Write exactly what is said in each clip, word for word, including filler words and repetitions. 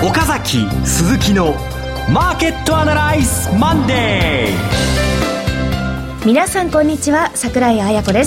岡崎鈴木のマーケットアナライズマンデー。 皆さんこんにちは、桜井彩子です。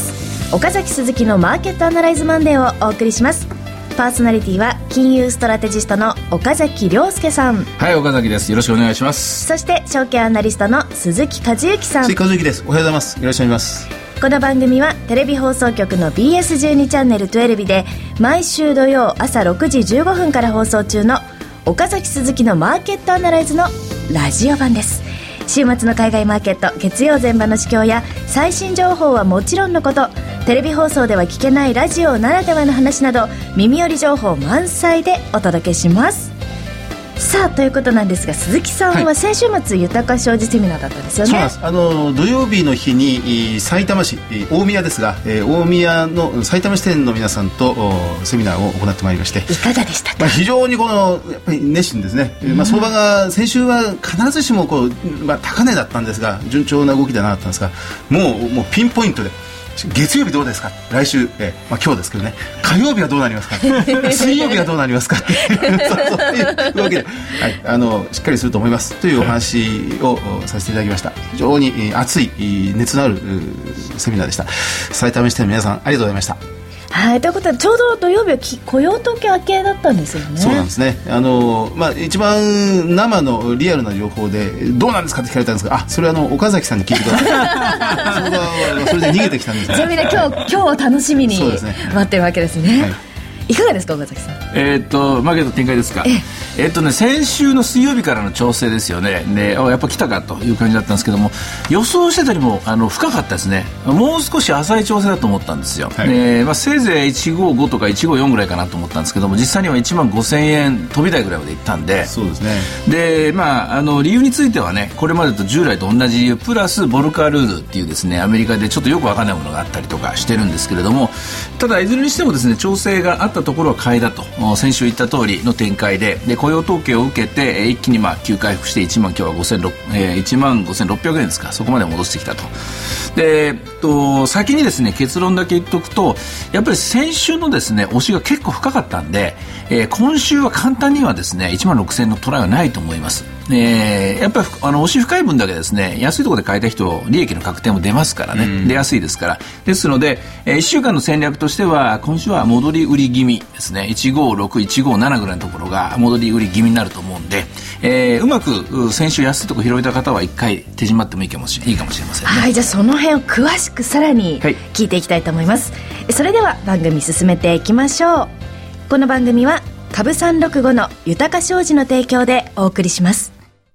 岡崎鈴木のマーケットアナライズマンデーをお送りします。パーソナリティは金融ストラテジストの岡崎亮介さん。 はい、岡崎です。よろしくお願いします。 そして証券アナリストの鈴木和之さん。 鈴木和之です。おはようございます。よろしくお願いします。 この番組はテレビ放送局の ビーエスじゅうに チャンネルじゅうにで毎週土曜朝ろくじじゅうごふんから放送中の岡崎鈴木のマーケットアナライズのラジオ版です。週末の海外マーケット、月曜前場の市況や最新情報はもちろんのこと、テレビ放送では聞けないラジオならではの話など耳寄り情報満載でお届けします。さあということなんですが、鈴木さんは先週末、はい、豊か商事セミナーだったんですよね。 そうなんです。あの土曜日の日に埼玉市大宮ですが、えー、大宮の埼玉支店の皆さんとセミナーを行ってまいりまして、 いかがでしたか。 まあ、非常にこのやっぱり熱心ですね、うん。まあ、相場が先週は必ずしもこう、まあ、高値だったんですが順調な動きではなかったんですが、もう、もうピンポイントで月曜日どうですか、来週、えーまあ、今日ですけどね、火曜日はどうなりますか水曜日はどうなりますかってそうそういうわけで、はい、あのしっかりすると思いますというお話をさせていただきました。非常に、えー、熱い熱のあるセミナーでした。埼玉支店の皆さんありがとうございました。 はい、ということでちょうど土曜日は雇用統計明けだったんですよね。 そうなんですね。あの、まあ、一番生のリアルな情報でどうなんですかって聞かれたんですが、あ、それはあの岡崎さんに聞いてくださいそれはそれで逃げてきたんですね。 ちなみに今日今日を楽しみに待ってるわけですね。はい、いかがですか岡崎さん。 えー、っとマーケット展開ですか。ええー、っとね先週の水曜日からの調整ですよね。でやっぱ来たかという感じだったんですけども、予想してたよりもあの深かったですね。もう少し浅い調整だと思ったんですよ。はい、でまあ、せいぜいいちごごとかいちごよんぐらいかなと思ったんですけども、実際にはいちまんごせんえん飛び台ぐらいまでいったんで。 そうですね。 で、まあ、あの理由についてはね、これまでと従来と同じ理由プラスボルカールールっていうですね、アメリカでちょっとよく分かんないものがあったりとかしてるんですけれども、ただいずれにしてもですね、調整があったところは買いだと先週言った通りの展開で、で雇用統計を受けて一気にまあ急回復していちまん今日はごせんろっぴゃく、えー、いちまんごせんろっぴゃくえんですか、そこまで戻してきたと。で、えっと、先にですね結論だけ言っとくと、やっぱり先週のですね押しが結構深かったんで、えー、今週は簡単にはですねいちまんろくせんえんのトライはないと思います。えー、やっぱりあの押し深い分だけですね、安いところで買えた人利益の確定も出ますからね、出やすいですから。ですので、えー、いっしゅうかんの戦略としては今週は戻り売り気味ですね。いちごろく、いちごななぐらいのところが戻り売り気味になると思うんで、えー、うまく先週安いところ拾えた方はいっかい手締まってもいいかもしれ、いいかもしれませんね。 はい、じゃあその辺を詳しくさらに聞いていきたいと思います。はい、それでは番組進めていきましょう。この番組は株さんろくごの豊か商事の提供でお送りします。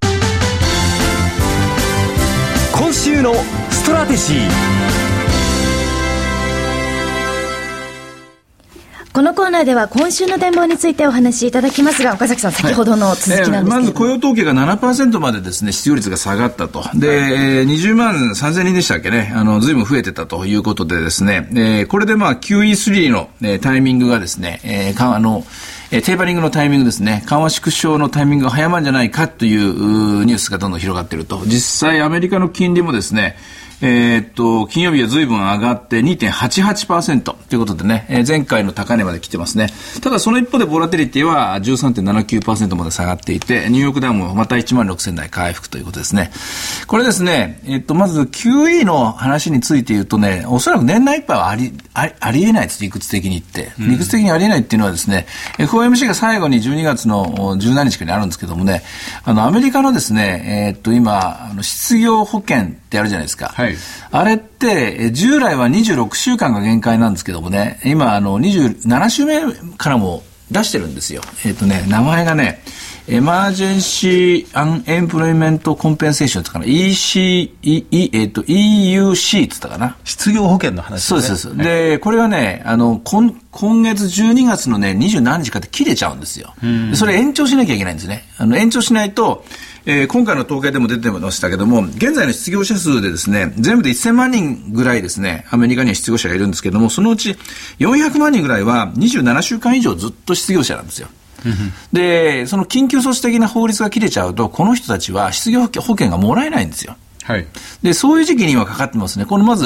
今週のストラテジー。 このコーナーでは今週の展望についてお話しいただきますが、岡崎さん先ほどの続きなんですけど、はい、えー、 まず雇用統計が ななパーセント までですね失業率が下がったと。で、えー、にじゅうまんさんぜんにんでしたっけね、あの随分増えてたということでですね、えー、これでまあ キューイースリー の、えー、タイミングがですね、えー、かあのえー、テーパリングのタイミングですね、緩和縮小のタイミングが早まるんじゃないかというニュースがどんどん広がっていると。実際アメリカの金利もですね、えー、っと金曜日は随分上がって にてんはちはちパーセント ということでね、えー、前回の高値まで来てますね。ただその一方でボラテリティは じゅうさんてんななきゅうパーセント まで下がっていて、ニューヨークダウもまたいちまんろくせん台回復ということですね。これですね、えー、っとまず キューイー の話について言うとね、おそらく年内いっぱいはありあり、ありえないです。理屈的に言って理屈的にありえないっていうのはですね、うん、エフオーエムシー が最後にじゅうにがつのじゅうしちにちかにあるんですけどもね、あのアメリカのですね、えー、っと今あの失業保険ってあるじゃないですか。はい、あれって従来はにじゅうろくしゅうかんが限界なんですけどもね、今あのにじゅうななしゅうめからも出してるんですよ。えっとね名前がねエマージェンシーアンエンプロイメントコンペンセーションってかな、 イーシー、E、えっと イーユーシー って言ったかな、 失業保険の話ですね。 そうです。でこれはねあの今今月じゅうにがつのねにじゅう何日かって切れちゃうんですよ。でそれ延長しなきゃいけないんですね。あの延長しないと、えー、今回の統計でも出てましたけども、現在の失業者数でですね全部でせんまんにんぐらいですねアメリカには失業者がいるんですけども、そのうちよんひゃくまんにんぐらいはにじゅうななしゅうかん以上ずっと失業者なんですよ。でその緊急措置的な法律が切れちゃうとこの人たちは失業保険がもらえないんですよ。はい、でそういう時期に今かかってますね。このまず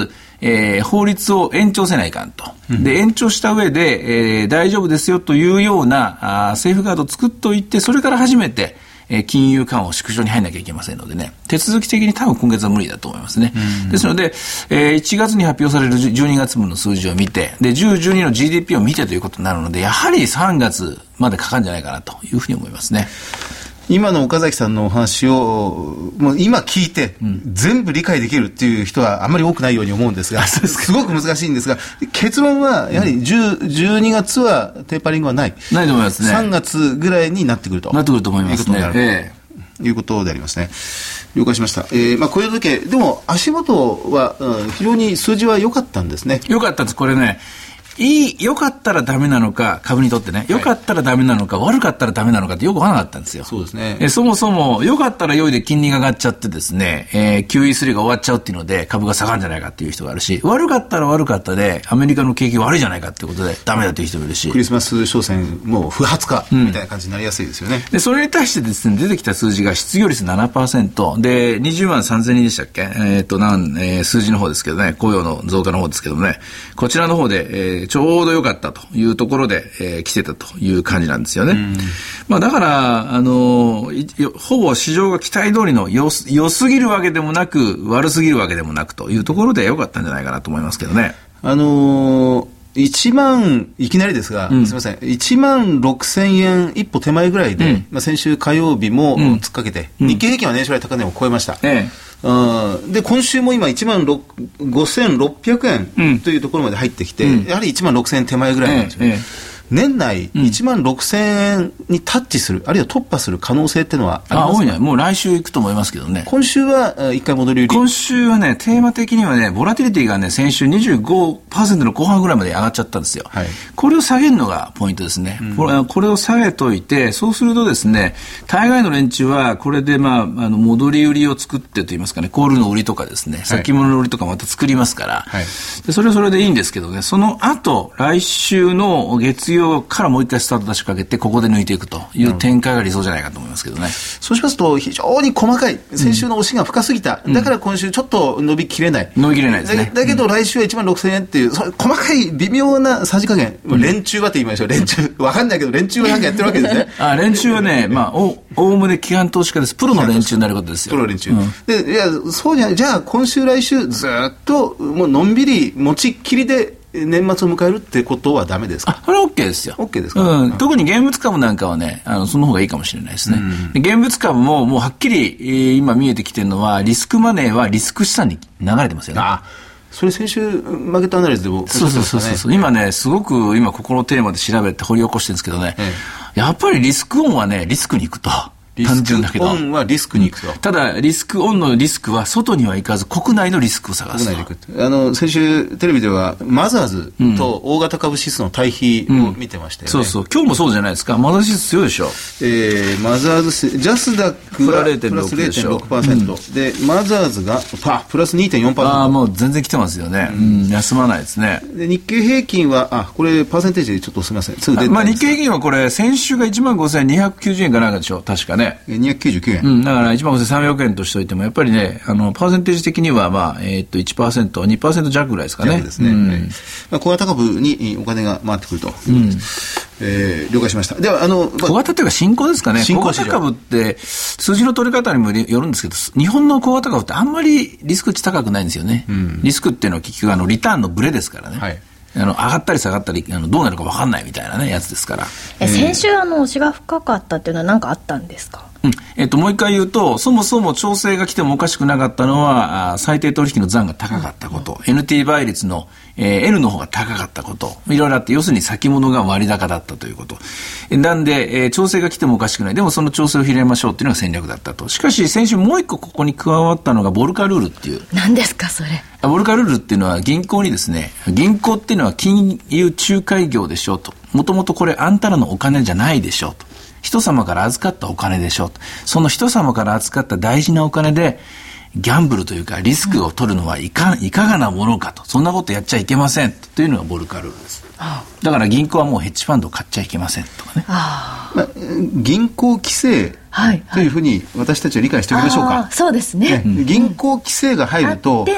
えー、法律を延長せないかんと。で、延長した上で、えー、大丈夫ですよというようなあセーフガードを作っておいて、それから初めて、えー、金融緩和縮小に入らなきゃいけませんのでね、手続き的に多分今月は無理だと思いますね。ですので、えー、いちがつに発表されるじゅうにがつぶんの数字を見て、で、じゅう、じゅうにの ジーディーピー を見てということになるので、やはりさんがつまでかかるんじゃないかなというふうに思いますね。 今の岡崎さんのお話をもう今聞いて、うん、全部理解できるっていう人はあまり多くないように思うんですが、す, すごく難しいんですが、結論はやはりじゅう、じゅうにがつはテーパリングはない。 ないと思いますね。 さんがつぐらいになってくると。 なってくると思いますね。いうことになる、ええ、いうことでありますね。了解しました。えー、まあ雇用統計、でも足元は、うん、非常に数字は良かったんですね。 良かったです。これね。いい、良かったらダメなのか、株にとってね、良かったらダメなのか、はい、悪かったらダメなのかってよくわからなかったんですよ。 そうですね。 えそもそも、良かったら良いで金利が上がっちゃってですね、えー、キューイースリー が終わっちゃうっていうので、株が下がるんじゃないかっていう人があるし、悪かったら悪かったで、アメリカの景気悪いじゃないかっていうことで、ダメだっていう人もいるし。 クリスマス商戦、もう不発か、みたいな感じになりやすいですよね。 うん、で、それに対してですね、出てきた数字が失業率 ななパーセント、で、にじゅうまんさんぜんにんでしたっけ、えっと、なん、えー、数字の方ですけどね、雇用の増加の方ですけどもね、こちらの方で、えー、ちょうど良かったというところで、えー、来てたという感じなんですよね。まあだから、あのー、ほぼ市場が期待通りの良す、良すぎるわけでもなく、悪すぎるわけでもなくというところで良かったんじゃないかなと思いますけどね。 あのー、いちまん、いきなりですが、うん、すみません、いちまんろくせんえん一歩手前ぐらいで、うん、まあ、先週火曜日も突っかけて、うん、日経平均は年初来高値を超えました。ええうん、で今週も今いちまんごせんろっぴゃくえんというところまで入ってきて、うん、やはりいちまんろくせんえん手前ぐらいなんですよね。ええええ、年内いちまんろくせんえんにタッチする、あるいは突破する可能性っていうのはありますか？ あ、多いね。もう来週行くと思いますけどね。 今週は一回戻り売り。 今週はね、テーマ的にはね、ボラティリティがね、先週 にじゅうごパーセント の後半ぐらいまで上がっちゃったんですよ。はい、これを下げるのがポイントですね。うん、これ、これを下げといて、そうするとですね、大概の連中はこれでまあ、あの戻り売りを作ってと言いますかね、コールの売りとかですね、先物の売りとかまた作りますから、はい、でそれはそれでいいんですけどね、その後、来週の月曜からもう一回スタート出しかけてここで抜いていくという展開が理想じゃないかと思いますけどね。 そうしますと非常に細かい、先週の押しが深すぎた、うん、だから今週ちょっと伸びきれない、 伸びきれないですね。 だ, だけど来週はいちまんろくせんえんっていう、そ細かい微妙なさじ加減、うん、連中はって言いましょう。連中わかんないけど連中はなんかやってるわけですね。 あ、連中はね、まあおおおむね基幹投資家です。プロの連中になることですよ。 プロ連中、うん、でいやそうじゃない、じゃあ今週来週ずっともうのんびり持ちっきりで年末を迎えるってことはダメですか？ あ、これは OK ですよ。 OK ですか？ うん。特に現物株なんかはね、あの、その方がいいかもしれないですね。うん、現物株ももうはっきり、えー、今見えてきてるのは、リスクマネーはリスク資産に流れてますよね。あ、 それ先週マーケットアナリズでも、 そうそうそうそう。今ね、すごく今ここのテーマで調べて掘り起こしてるんですけどね、ええ、やっぱりリスクオンはね、リスクに行くと。単純だけど。 リスクオンはリスクに行くと、うん。 ただ、リスクオンのリスクは外には行かず、国内のリスクを探すと。 国内で行く。あの、先週テレビでは、マザーズと大型株指数の対比を見てましたよね。 うんうん、そうそう。今日もそうじゃないですか。マザーズ指数強いでしょ。 えー、マザーズ、ジャスダックはプラス ゼロてんろくパーセント。で、マザーズがパプラス にてんよんパーセント。 ああ、もう全然来てますよね。うん、休まないですね。 で、日経平均は、あ、これ、パーセンテージでちょっとすみません。すぐ出てまあ、日経平均はこれ、先週が いちまんごせんにひゃくきゅうじゅうえんかなんかでしょ。確かね。 にひゃくきゅうじゅうきゅうえん。 うん、だからいちまんごせんさんびゃくえんとしておいてもやっぱりね、あのパーセンテージ的にはまあえー、っと いちパーセント、にパーセント 弱ぐらいですかね。 ですね。うん、はい、まあ、小型株にお金が回ってくると。うん、えー、了解しました。ではあの、まあ、 小型というか新興ですかね。小型株って数字の取り方にもよるんですけど、日本の小型株ってあんまりリスク値高くないんですよね。うん、リスクっていうのは結局あのリターンのブレですからね。はい、あの上がったり下がったりあのどうなるか分かんないみたいなねやつですから。 え、先週あの押しが深かったっていうのは何かあったんですか？ うん、えっと、もう一回言うと、そもそも調整が来てもおかしくなかったのは、最低取引の残が高かったこと、エヌティー 倍率の、えー、L の方が高かったこと、いろいろあって、要するに先物が割高だったということ。なんで、えー、調整が来てもおかしくない。でもその調整を拾いましょうっていうのが戦略だったと。しかし、先週もう一個ここに加わったのが、ボルカルールっていう。 何ですか、それ。 ボルカルールっていうのは銀行にですね、銀行っていうのは金融仲介業でしょうと。もともとこれあんたらのお金じゃないでしょうと。人様から預かったお金でしょうと。その人様から預かった大事なお金でギャンブルというかリスクを取るのはいか、いかがなものかと。そんなことやっちゃいけませんというのがボルカルールです。だから銀行はもうヘッジファンドを買っちゃいけませんとかね。 あ、まあ、銀行規制というふうに私たちは理解しておきましょうか。 そうですね。 ね、銀行規制が入ると、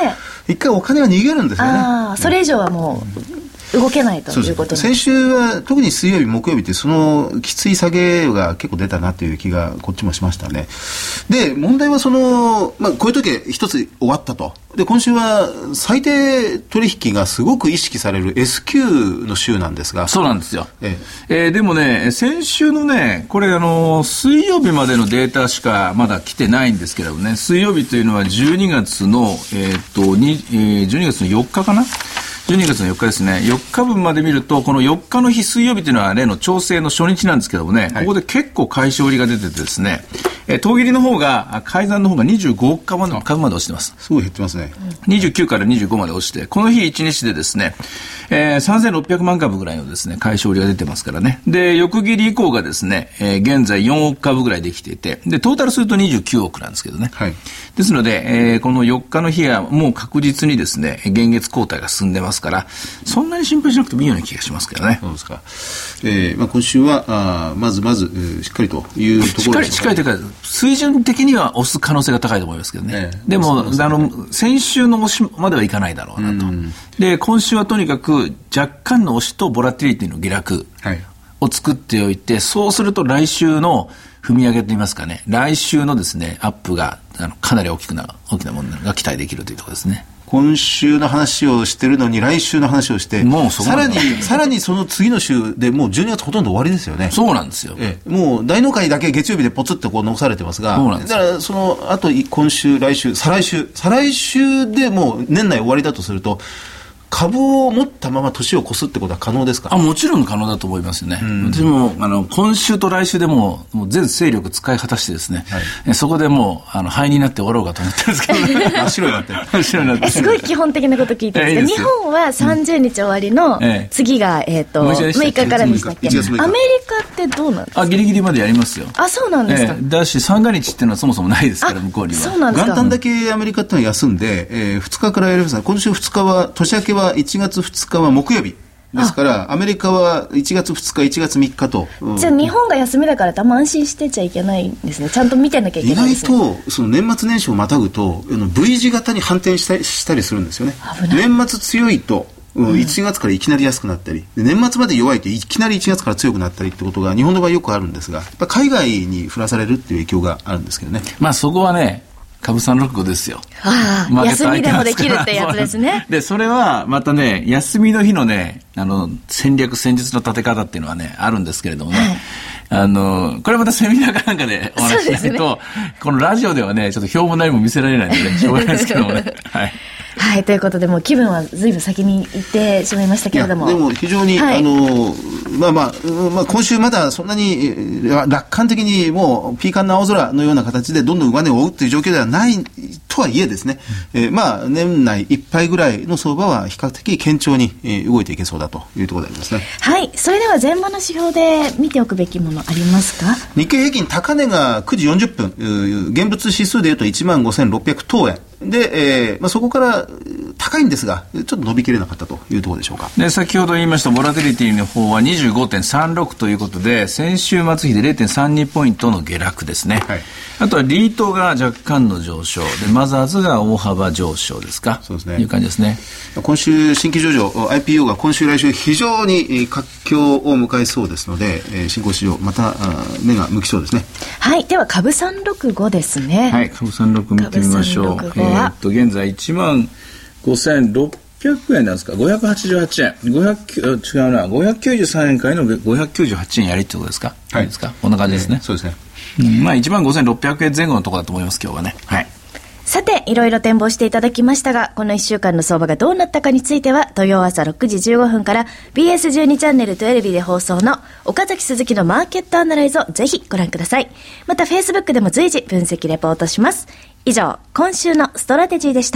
一回お金が逃げるんですよね。 ああ、それ以上はもう動けないということです。 先週は特に水曜日木曜日ってそのきつい下げが結構出たなという気がこっちもしましたね。で問題はその、まあ、こういう時は一つ終わったと。で今週は最低取引がすごく意識される エスキュー の週なんですが。 そうなんですよ、 えええー、でもね先週のねこれあの水曜日までのデータしかまだ来てないんですけれどもね、水曜日というのはじゅうにがつの、えーっとにえー、じゅうにがつのよっかかな、じゅうにがつのよっかですね。よっかぶんまで見ると、このよっかの日水曜日というのは例の調整の初日なんですけどもね、はい、ここで結構買い勝利が出ててですね、えー、当切りの方が、改ざんの方がにじゅうごおく株まで落ちてます。 すごい減ってますね。 にじゅうきゅうからにじゅうごまで落ちて、この日いちにちでですね、えー、さんぜんろっぴゃくまんかぶぐらいのですね、買い勝利が出てますからね。で、翌切り以降がですね、えー、現在よんおくかぶぐらいできていて、で、トータルするとにじゅうきゅうおくなんですけどね。はい。ですので、えー、このよっかの日はもう確実にですね、現月交代が進んでますから、そんなに心配しなくてもいいような気がしますけどね。 そうですか。えーまあ、今週はあまずまず、えー、しっかりというところしっかりしっかりというか水準的には押す可能性が高いと思いますけどね。えー、でも、ね、あの先週の押しまではいかないだろうなと。で今週はとにかく若干の押しとボラティリティの下落を作っておいて、はい、そうすると来週の踏み上げといいますかね、来週のですねアップがあのかなり大きくな大きなものが期待できるというところですね。 今週の話をしてるのに来週の話をしてもうそさらにさらにその次の週でもうじゅうにがつほとんど終わりですよね。 そうなんですよ、 ええ、もう大納会だけ月曜日でポツッとこう残されてますが、 そうなんですよ。 だからそのあと今週来週再来週再来週でもう年内終わりだとすると株を持ったまま年を越すってことは可能ですか？ あ、もちろん可能だと思いますよね。うん、私もあの今週と来週でもう、もう全勢力使い果たしてですね、はい、そこでもうあの灰になって終わろうかと思ってるんですけどね。 真っ白になってる。真っ白になってる。 すごい基本的なこと聞いてるんですけど、えー、日本はさんじゅうにち終わりの次が、えー、とむいかからでしたっけ？アメリカってどうなんですか？ あ、ギリギリまでやりますよ。 あ、そうなんですか。えー、 だし三が日っていうのはそもそもないですから向こうには。 そうなんですか。 元旦だけアメリカってのは休んで、えー、ふつかからやります。今週ふつかは年明けはいちがつふつかは木曜日ですからアメリカはいちがつふつかいちがつみっかと、 うん、じゃあ日本が休みだからたま安心してちゃいけないんですね。ちゃんと見てなきゃいけないですね。 意外とその年末年始をまたぐと V 字型に反転したり、したりするんですよね。年末強いといちがつからいきなり安くなったり、年末まで弱いといきなりいちがつから強くなったりってことが日本の場合よくあるんですが、やっぱ海外に振らされるっていう影響があるんですけどね。 まあそこはね株さんろくごですよ。 ああ、休みでもできるってやつですね。 で、それはまたね、休みの日のね、あの、戦略、戦術の立て方っていうのはね、あるんですけれどもね、はい、あの、これまたセミナーかなんかでお話ししないと、ね、このラジオではね、ちょっと表も何も見せられないので、しょうがないですけどもね。はい。 はい、ということでもう気分はずいぶん先に行ってしまいましたけれども、 でも非常に、はい、あのまあまあ、まあ、今週まだそんなに楽観的にもうピーカンの青空のような形でどんどん上値を追うという状況ではないとはいえですね、うん、えー、まあ年内いっぱいぐらいの相場は比較的堅調に、えー、動いていけそうだというところでありますね。 はい、それでは前場の指標で見ておくべきものありますか？ 日経平均高値がくじよんじゅっぷん、現物指数でいうと いちまんごせんろっぴゃくとうえんで、えーまあ、そこから高いんですがちょっと伸びきれなかったというところでしょうか。 で、先ほど言いましたボラテリティの方は にじゅうごてんさんろく ということで先週末比で れいてんさんに ポイントの下落ですね、はい、あとはリートが若干の上昇でマザーズが大幅上昇ですか。 そうですね、 いう感じですね。 今週新規上場 アイピーオー が今週来週非常に活況を迎えそうですので、新興市場また目が向きそうですね。 はい、では株さんろくごですね。 はい、株さんろく見てみましょう。えー、っと現在いちまんごせんろっぴゃくえんなんですか。ごひゃくはちじゅうはちえん、ごひゃく違うな、ごひゃくきゅうじゅうさんえんからのごひゃくきゅうじゅうはちえんやりってことですか。はい、いいですか。こんな感じですね。 えー、そうですね。 うん、まあいちまんごせんろっぴゃくえん前後のところだと思います今日はね。はい。 さて、いろいろ展望していただきましたが、このいっしゅうかんの相場がどうなったかについては、土曜朝ろくじじゅうごふんから ビーエスじゅうに チャンネルじゅうにで放送の岡崎鈴木のマーケットアナライズをぜひご覧ください。また Facebook でも随時分析レポートします。以上、今週のストラテジーでした。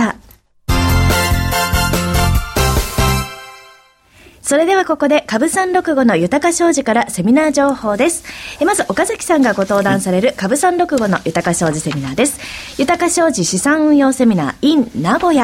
それではここで株さんろくごの豊か商事からセミナー情報です。えまず岡崎さんがご登壇される株さんろくごの豊か商事セミナーです。豊か商事資産運用セミナー in 名古屋、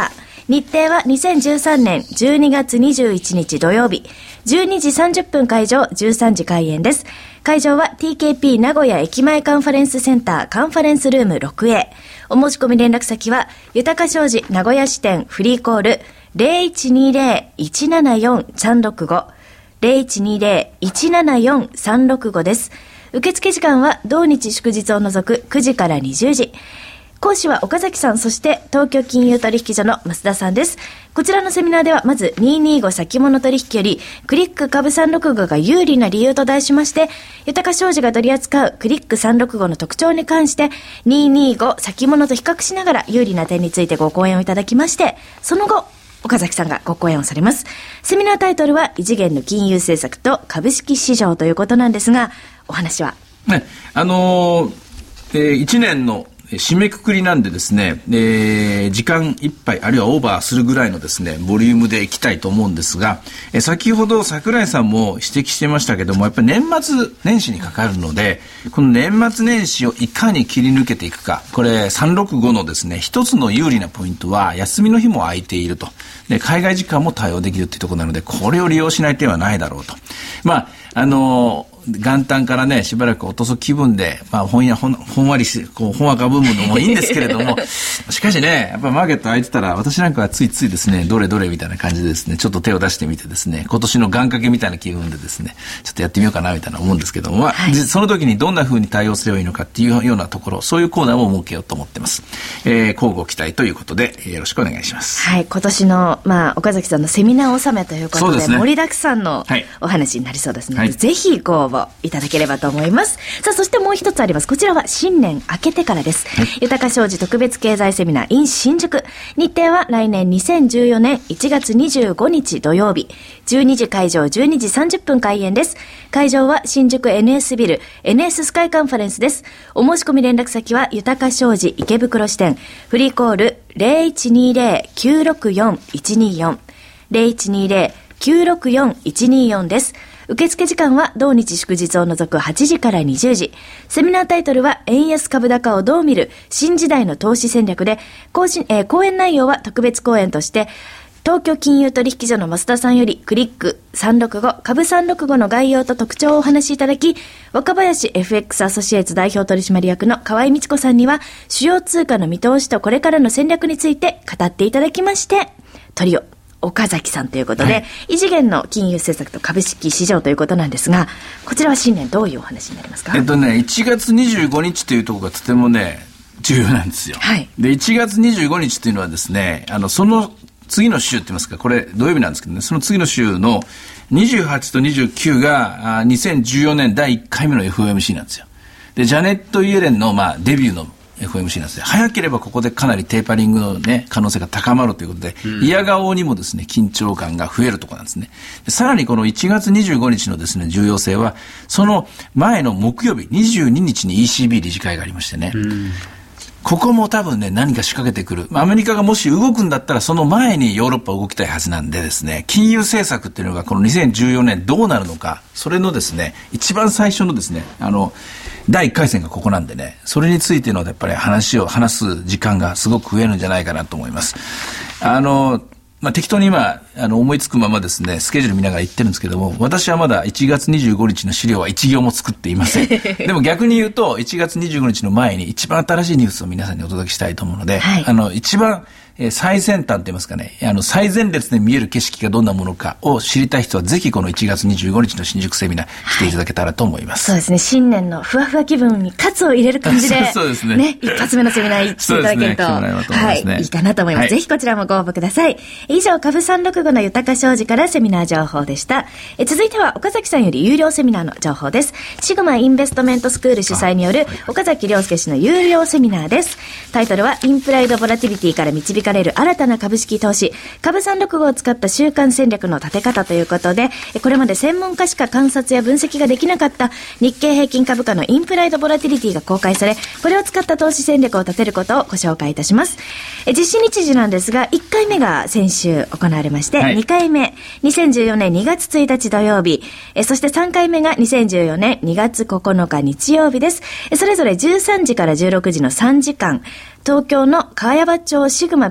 日程はにせんじゅうさんねんじゅうにがつにじゅういちにち土曜日、じゅうにじさんじゅっぷん会場、じゅうさんじ開演です。会場は ティーケーピー 名古屋駅前カンファレンスセンターカンファレンスルーム ろくエー。 お申し込み連絡先は豊か商事名古屋支店フリーコール ゼロいちにゼロ いちななよん さんろくご ゼロいちにゼロ いちななよん さんろくごです。受付時間は同日祝日を除くくじからにじゅうじ。講師は岡崎さん、そして東京金融取引所の増田さんです。こちらのセミナーではまずにひゃくにじゅうご先物取引よりクリック株さんろくごが有利な理由と題しまして、豊か商事が取り扱うクリックさんろくごの特徴に関してにひゃくにじゅうご先物と比較しながら有利な点についてご講演をいただきまして、その後岡崎さんがご講演をされます。セミナータイトルは異次元の金融政策と株式市場ということなんですが、お話はね、あのーえー、いちねんの締めくくりなんでですね、えー、時間いっぱいあるいはオーバーするぐらいのですねボリュームでいきたいと思うんですが、えー、先ほど櫻井さんも指摘してましたけども、やっぱり年末年始にかかるので、この年末年始をいかに切り抜けていくか、これさんろくごのですね一つの有利なポイントは休みの日も空いていると、で海外時間も対応できるというところなので、これを利用しない手はないだろうと。まああのー元旦からね、しばらく落とす気分で、まあ、ほんや、ほん、ほんわりし、こう、ほんわかぶむのもいいんですけれども、しかしね、やっぱマーケット空いてたら、私なんかはついついですね、どれどれみたいな感じでですね、ちょっと手を出してみてですね、今年の願掛けみたいな気分でですね、ちょっとやってみようかな、みたいな思うんですけども、まあ、はい、その時にどんな風に対応すればいいのかっていうようなところ、そういうコーナーも設けようと思ってます。えー、交互期待ということで、よろしくお願いします。 はい、今年の、まあ、岡崎さんのセミナー納めということで、でね、盛りだくさんのお話になりそうですので、はい、ぜひご応募いただければと思います。さあ、そしてもう一つあります。こちらは新年明けてからです。はい、豊か商事特別経済セミナー in 新宿。日程は来年にせんじゅうよねんいちがつにじゅうごにち土曜日、じゅうにじ会場、じゅうにじさんじゅっぷん開演です。会場は新宿 エヌエス ビル エヌエス スカイカンファレンスです。お申し込み連絡先は豊か商事池袋支店フリーコール ゼロいちにゼロ きゅうろくよん いちによん ゼロいちにゼロ きゅうろくよん いちによんです。受付時間は同日祝日を除くはちじからにじゅうじ。セミナータイトルは円安株高をどう見る新時代の投資戦略で、講師、えー、講演内容は特別講演として東京金融取引所の増田さんよりクリックさんろくご株さんろくごの概要と特徴をお話しいただき、若林 エフエックス アソシエイツ代表取締役の河合美智子さんには主要通貨の見通しとこれからの戦略について語っていただきまして、トリオ岡崎さんということで、はい、異次元の金融政策と株式市場ということなんですが、こちらは新年どういうお話になりますか？ えっとね、いちがつにじゅうごにちというところがとてもね重要なんですよ。はい、でいちがつにじゅうごにちというのはですね、あのその次の週って言いますか、これ土曜日なんですけどね、その次の週のにじゅうはちとにじゅうきゅうがにせんじゅうよねんだいいっかいめの エフオーエムシー なんですよ。でジャネット・イエレンの、まあ、デビューのエフオーエムシー なんですね。早ければここでかなりテーパリングのね、可能性が高まるということで、うん、嫌顔にもですね、緊張感が増えるところなんですね。でさらにこのいちがつにじゅうごにちのですね、重要性は、その前の木曜日、にじゅうににちに イーシービー 理事会がありましてね、うん、ここも多分ね、何か仕掛けてくる。アメリカがもし動くんだったら、その前にヨーロッパ動きたいはずなんでですね、金融政策っていうのがこのにせんじゅうよねんどうなるのか、それのですね、一番最初のですね、あの、だいいっかい戦がここなんでね、それについてのやっぱり話を話す時間がすごく増えるんじゃないかなと思います。あの、まあ、適当に今あの思いつくままですね、スケジュール見ながら言ってるんですけども、私はまだいちがつにじゅうごにちの資料は一行も作っていません。でも逆に言うといちがつにじゅうごにちの前に一番新しいニュースを皆さんにお届けしたいと思うので、はい、あの一番えー、最先端と言いますかね、あの最前列で見える景色がどんなものかを知りたい人はぜひこのいちがつにじゅうごにちの新宿セミナー来ていただけたらと思います。 はい、そうですね、新年のふわふわ気分にカツを入れる感じでそうですね、ね、一発目のセミナー行っていただけると、ね、はい、いいかなと思います。はい、ぜひこちらもご応募ください。以上、株さんろくごの豊か商事からセミナー情報でした。え続いては岡崎さんより有料セミナーの情報です。シグマインベストメントスクール主催による岡崎亮介氏の有料セミナーです。タイトルはインプライドボラティリティから導かれる新たな株式投資、株さんろくごを使った週間戦略の立て方ということで、これまで専門家しか観察や分析ができなかった日経平均株価のインプライドボラティリティが公開され、これを使った投資戦略を立てることをご紹介いたします。実施日時なんですが、いっかいめが先週行われまして、はい、にかいめにせんじゅうよねんにがつついたち土曜日、そしてさんかいめがにせんじゅうよねんにがつここのか日曜日です。それぞれじゅうさんじからじゅうろくじのさんじかん、東京の茅場町シグマ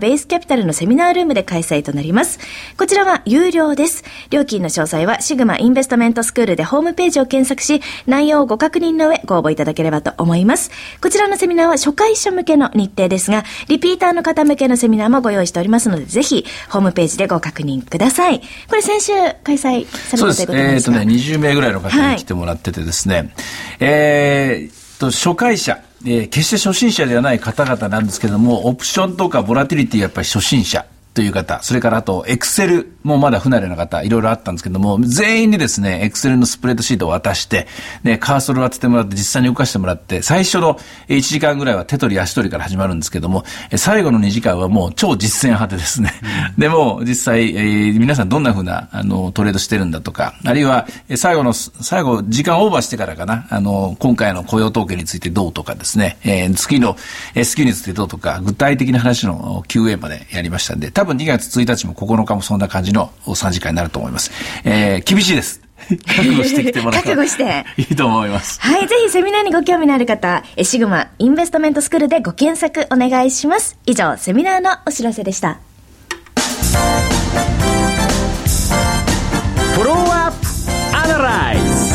ベースキャピタルのセミナールームで開催となります。こちらは有料です。料金の詳細はシグマインベストメントスクールでホームページを検索し、内容をご確認の上ご応募いただければと思います。こちらのセミナーは初回者向けの日程ですが、リピーターの方向けのセミナーもご用意しておりますので、ぜひホームページでご確認ください。これ先週開催されたということですか？そうです。 えーとね、にじゅうめいぐらいの方に来てもらっててですね、はい、えーと初回者、えー、決して初心者ではない方々なんですけども、オプションとかボラティリティやっぱり初心者という方、それからあとエクセルもまだ不慣れな方いろいろあったんですけども、全員にですねエクセルのスプレッドシートを渡して、ね、カーソルを当ててもらって実際に動かしてもらって、最初のいちじかんぐらいは手取り足取りから始まるんですけども、最後のにじかんはもう超実践派でですね、うん、でも実際、えー、皆さんどんな風なあのトレードしてるんだとか、あるいは最後の最後時間オーバーしてからかな、あの今回の雇用統計についてどうとかですね、えー、次の S q についてどうとか、具体的な話の キューエー までやりましたんで、多分にがつついたちもここのかもそんな感じのさんじかんになると思います。えー、厳しいです。覚悟してきてもらったら覚悟していいと思います。 はい、ぜひセミナーにご興味のある方、シグマインベストメントスクールでご検索お願いします。以上、セミナーのお知らせでした。 フォローアップアナライズ。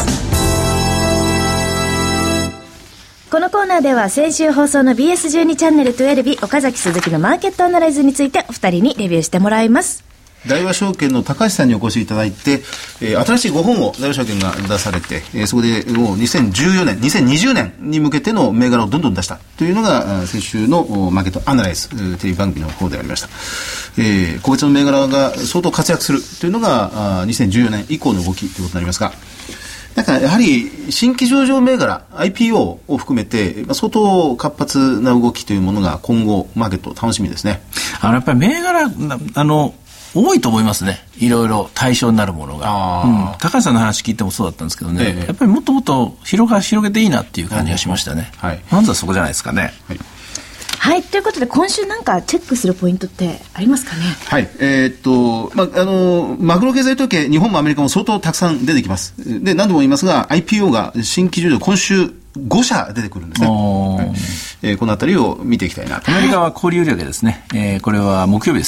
このコーナーでは先週放送の ビーエスじゅうに チャンネルじゅうに岡崎鈴木のマーケットアナライズについてお二人にレビューしてもらいます。 大和証券の高橋さんにお越しいただいて、えー、新しいごほんを大和証券が出されて、えー、そこでもうにせんじゅうよねんにせんにじゅうねんに向けての銘柄をどんどん出したというのが先週のマーケットアナライズテレビ番組の方でありました。えー、個別の銘柄が相当活躍するというのがにせんじゅうよねん以降の動きということになりますが、なんかやはり新規上場銘柄 アイピーオー を含めて相当活発な動きというものが今後マーケット楽しみですね。 あのやっぱり銘柄あの多いと思いますね。いろいろ対象になるものが、うん、高橋さんの話聞いてもそうだったんですけどね、ええ、やっぱりもっともっと広が広げていいなっていう感じがしましたね、はい、まずはそこじゃないですかね。 はいはい、ということで今週なんかチェックするポイントってありますかね。 はい、えー、っと、まあ、あのマクロ経済統計日本もアメリカも相当たくさん出てきます。で何度も言いますが アイピーオー が新規上場今週ごしゃ出てくるんですね、はい、えー、このあたりを見ていきたいなと。 アメリカは小売売上ですね、えー、これは木曜日です。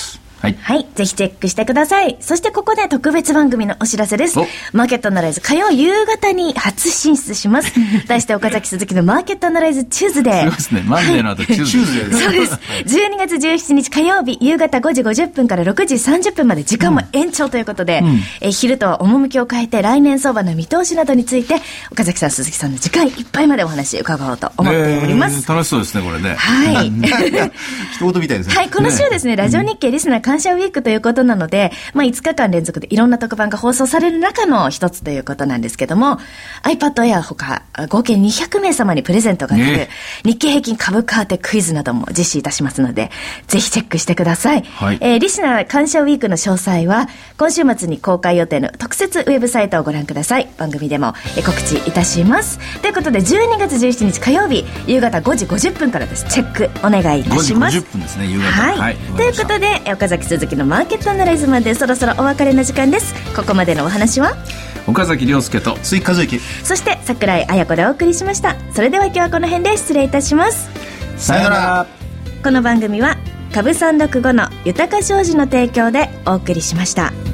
はい、 はい、ぜひチェックしてください。そしてここで特別番組のお知らせです。マーケットアナライズ火曜夕方に初進出します。題して岡崎鈴木のマーケットアナライズチューズデー。 そうですね、マンデーの後チューズデーです。 そうです。じゅうにがつじゅうしちにち火曜日夕方ごじごじゅっぷんからろくじさんじゅっぷんまで時間も延長ということで、うん、え昼とは趣を変えて来年相場の見通しなどについて岡崎さん鈴木さんの時間いっぱいまでお話伺おうと思っております。 えー、楽しそうですねこれね。 はい。 一言みたいですね。 はい、この週ですね、ラジオ日経リスナー感謝ウィークということなので、まあ、いつかかん連続でいろんな特番が放送される中の一つということなんですけども、 iPad Air ほか合計にひゃくめい様にプレゼントが出る、ね、日経平均株価当てクイズなども実施いたしますのでぜひチェックしてください、はい。えー、リスナー感謝ウィークの詳細は今週末に公開予定の特設ウェブサイトをご覧ください。番組でも告知いたします。ということでじゅうにがつじゅうしちにち火曜日夕方ごじごじゅっぷんからです。チェックお願いいたします。 ごじごじゅっぷんですね夕方、 はいはい、ということで岡崎鈴木のマーケットアナライズまでそろそろお別れの時間です。ここまでのお話は岡崎亮介と鈴木和之、 そして櫻井彩子でお送りしました。それでは今日はこの辺で失礼いたします。 さよなら。 この番組は株三六五の豊か商事の提供でお送りしました。